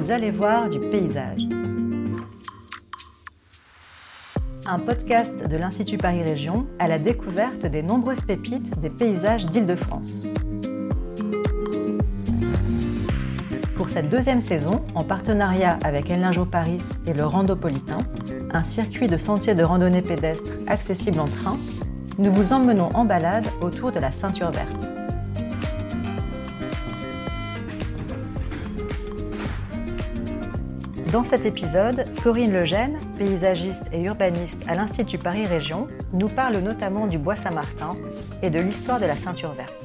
Les allées voir du paysage. Un podcast de l'Institut Paris Région à la découverte des nombreuses pépites des paysages d'Île-de-France. Pour cette deuxième saison, en partenariat avec El Lingeau Paris et le Randopolitain, un circuit de sentiers de randonnée pédestre accessible en train, nous vous emmenons en balade autour de la Ceinture Verte. Dans cet épisode, Corinne Legène, paysagiste et urbaniste à l'Institut Paris Région, nous parle notamment du bois Saint-Martin et de l'histoire de la Ceinture Verte.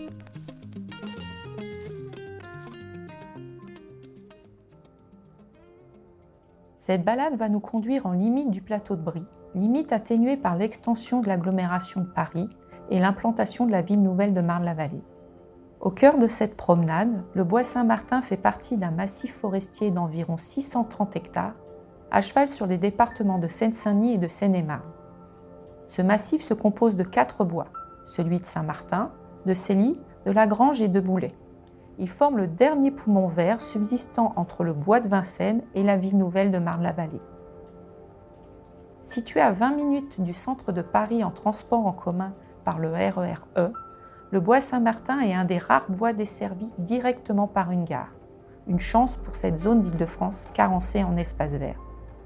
Cette balade va nous conduire en limite du plateau de Brie, limite atténuée par l'extension de l'agglomération de Paris et l'implantation de la ville nouvelle de Marne-la-Vallée. Au cœur de cette promenade, le bois Saint-Martin fait partie d'un massif forestier d'environ 630 hectares, à cheval sur les départements de Seine-Saint-Denis et de Seine-et-Marne. Ce massif se compose de 4 bois, celui de Saint-Martin, de Célie, de Lagrange et de Boulay. Il forme le dernier poumon vert subsistant entre le bois de Vincennes et la ville nouvelle de Marne-la-Vallée. Situé à 20 minutes du centre de Paris en transport en commun par le RER E, le bois Saint-Martin est un des rares bois desservis directement par une gare. Une chance pour cette zone d'Île-de-France carencée en espaces verts.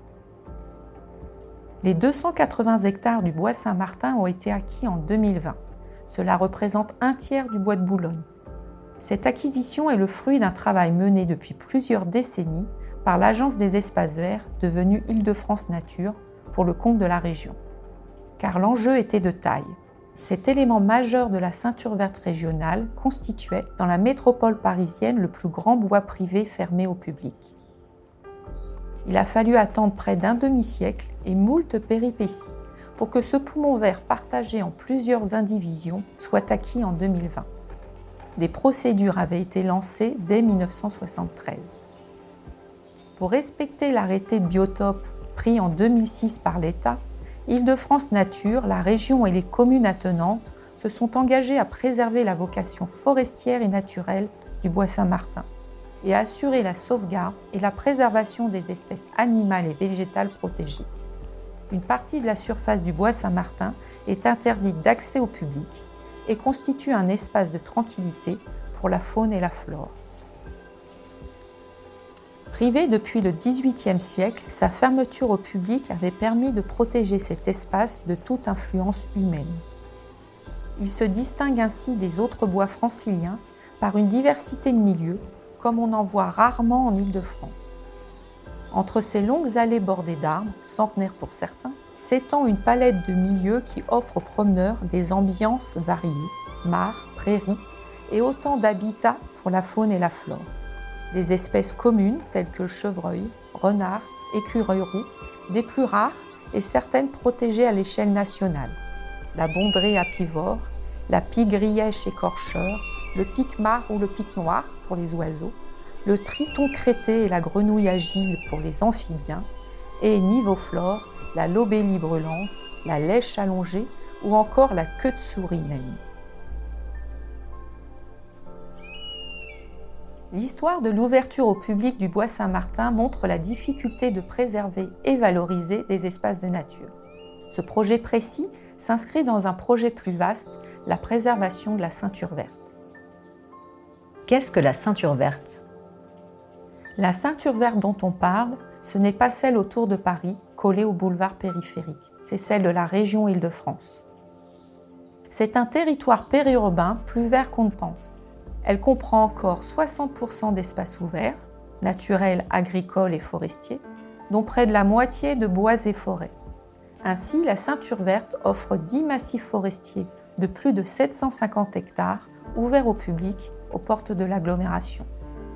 Les 280 hectares du bois Saint-Martin ont été acquis en 2020. Cela représente un tiers du bois de Boulogne. Cette acquisition est le fruit d'un travail mené depuis plusieurs décennies par l'Agence des espaces verts, devenue Île-de-France Nature, pour le compte de la région. Car l'enjeu était de taille. Cet élément majeur de la ceinture verte régionale constituait, dans la métropole parisienne, le plus grand bois privé fermé au public. Il a fallu attendre près d'un demi-siècle et moult péripéties pour que ce poumon vert partagé en plusieurs indivisions soit acquis en 2020. Des procédures avaient été lancées dès 1973. Pour respecter l'arrêté de biotope pris en 2006 par l'État, Île-de-France Nature, la région et les communes attenantes se sont engagées à préserver la vocation forestière et naturelle du bois Saint-Martin et à assurer la sauvegarde et la préservation des espèces animales et végétales protégées. Une partie de la surface du bois Saint-Martin est interdite d'accès au public et constitue un espace de tranquillité pour la faune et la flore. Privé depuis le XVIIIe siècle, sa fermeture au public avait permis de protéger cet espace de toute influence humaine. Il se distingue ainsi des autres bois franciliens par une diversité de milieux, comme on en voit rarement en Île-de-France. Entre ces longues allées bordées d'arbres, centenaires pour certains, s'étend une palette de milieux qui offre aux promeneurs des ambiances variées, mares, prairies et autant d'habitats pour la faune et la flore. Des espèces communes telles que le chevreuil, renard, écureuil roux, des plus rares et certaines protégées à l'échelle nationale. La bondrée apivore, la pique-grièche écorcheur, le pique-mare ou le pique-noir pour les oiseaux, le triton crêté et la grenouille agile pour les amphibiens, et nivoflore, la lobélie brûlante, la lèche allongée ou encore la queue de souris naine. L'histoire de l'ouverture au public du bois Saint-Martin montre la difficulté de préserver et valoriser des espaces de nature. Ce projet précis s'inscrit dans un projet plus vaste, la préservation de la ceinture verte. Qu'est-ce que la Ceinture Verte ? La ceinture verte dont on parle, ce n'est pas celle autour de Paris, collée au boulevard périphérique. C'est celle de la région Île-de-France. C'est un territoire périurbain plus vert qu'on ne pense. Elle comprend encore 60% d'espaces ouverts, naturels, agricoles et forestiers, dont près de la moitié de bois et forêts. Ainsi, la ceinture verte offre 10 massifs forestiers de plus de 750 hectares ouverts au public aux portes de l'agglomération.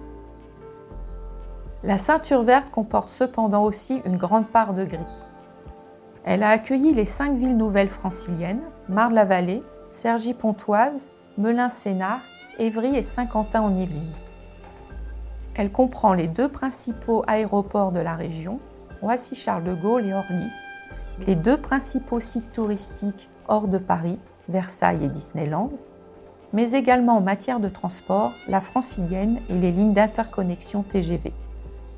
La ceinture verte comporte cependant aussi une grande part de gris. Elle a accueilli les 5 villes nouvelles franciliennes, Marne-la-Vallée, Cergy-Pontoise, Melun-Sénart, Évry et Saint-Quentin en Yvelines. Elle comprend les 2 principaux aéroports de la région, Roissy-Charles de Gaulle et Orly, les 2 principaux sites touristiques hors de Paris, Versailles et Disneyland, mais également en matière de transport, la francilienne et les lignes d'interconnexion TGV.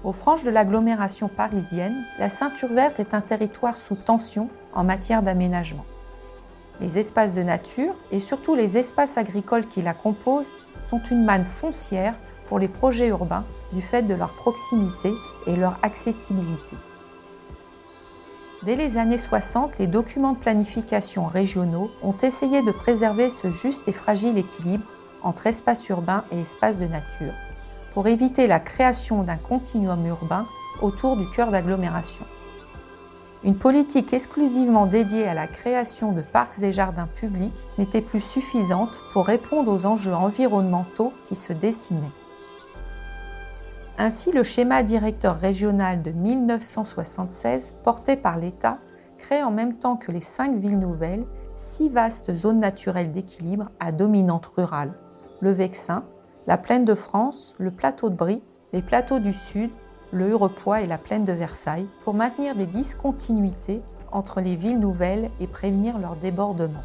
Aux franges de l'agglomération parisienne, la ceinture verte est un territoire sous tension en matière d'aménagement. Les espaces de nature et surtout les espaces agricoles qui la composent sont une manne foncière pour les projets urbains du fait de leur proximité et leur accessibilité. Dès les années 60, les documents de planification régionaux ont essayé de préserver ce juste et fragile équilibre entre espace urbain et espace de nature, pour éviter la création d'un continuum urbain autour du cœur d'agglomération. Une politique exclusivement dédiée à la création de parcs et jardins publics n'était plus suffisante pour répondre aux enjeux environnementaux qui se dessinaient. Ainsi, le schéma directeur régional de 1976, porté par l'État, crée en même temps que les 5 villes nouvelles 6 vastes zones naturelles d'équilibre à dominante rurale: le Vexin, la Plaine de France, le plateau de Brie, les plateaux du Sud, le Hurepoix et la Plaine de Versailles, pour maintenir des discontinuités entre les villes nouvelles et prévenir leur débordement.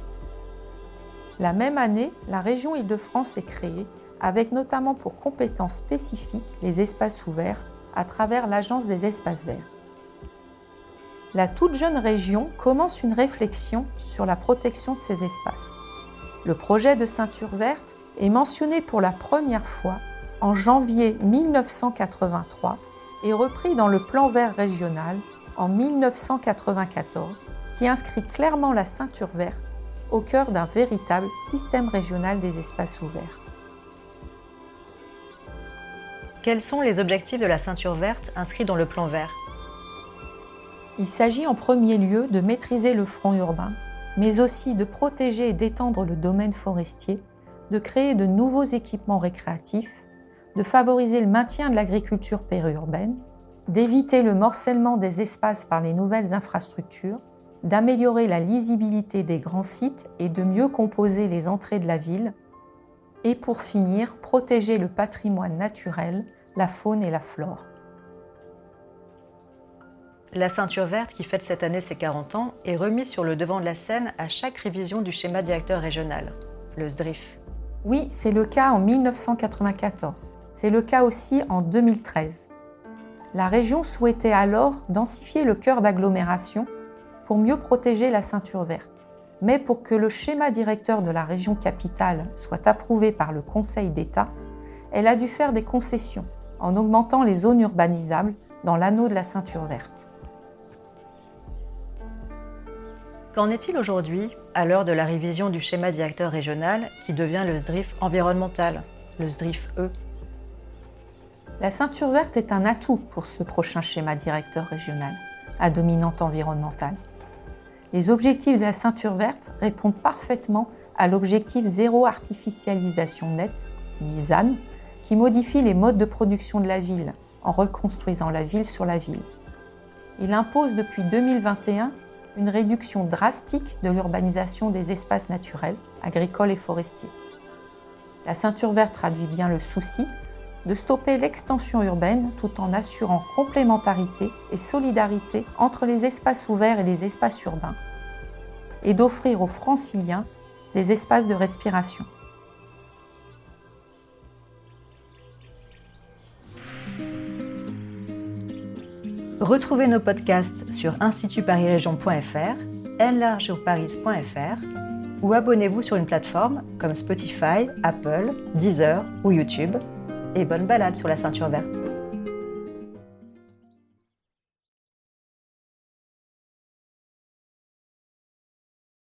La même année, la région Île-de-France est créée, avec notamment pour compétence spécifique les espaces ouverts à travers l'Agence des espaces verts. La toute jeune région commence une réflexion sur la protection de ces espaces. Le projet de ceinture verte est mentionné pour la première fois en janvier 1983 et repris dans le plan vert régional en 1994, qui inscrit clairement la ceinture verte au cœur d'un véritable système régional des espaces ouverts. Quels sont les objectifs de la ceinture verte inscrits dans le plan vert ? Il s'agit en premier lieu de maîtriser le front urbain, mais aussi de protéger et d'étendre le domaine forestier, de créer de nouveaux équipements récréatifs, de favoriser le maintien de l'agriculture périurbaine, d'éviter le morcellement des espaces par les nouvelles infrastructures, d'améliorer la lisibilité des grands sites et de mieux composer les entrées de la ville, et pour finir, protéger le patrimoine naturel, la faune et la flore. La ceinture verte, qui fête cette année ses 40 ans, est remise sur le devant de la scène à chaque révision du schéma directeur régional, le SDRIF. Oui, c'est le cas en 1994. C'est le cas aussi en 2013. La région souhaitait alors densifier le cœur d'agglomération pour mieux protéger la ceinture verte. Mais pour que le schéma directeur de la région capitale soit approuvé par le Conseil d'État, elle a dû faire des concessions en augmentant les zones urbanisables dans l'anneau de la ceinture verte. Qu'en est-il aujourd'hui, à l'heure de la révision du schéma directeur régional qui devient le SDRIF environnemental, le SDRIF-E ? La ceinture verte est un atout pour ce prochain schéma directeur régional à dominante environnementale. Les objectifs de la ceinture verte répondent parfaitement à l'objectif zéro artificialisation nette, dit ZAN, qui modifie les modes de production de la ville en reconstruisant la ville sur la ville. Il impose depuis 2021 une réduction drastique de l'urbanisation des espaces naturels, agricoles et forestiers. La ceinture verte traduit bien le souci de stopper l'extension urbaine tout en assurant complémentarité et solidarité entre les espaces ouverts et les espaces urbains, et d'offrir aux Franciliens des espaces de respiration. Retrouvez nos podcasts sur institutparisregion.fr, enlargeoparis.fr ou abonnez-vous sur une plateforme comme Spotify, Apple, Deezer ou YouTube. Et bonne balade sur la ceinture verte.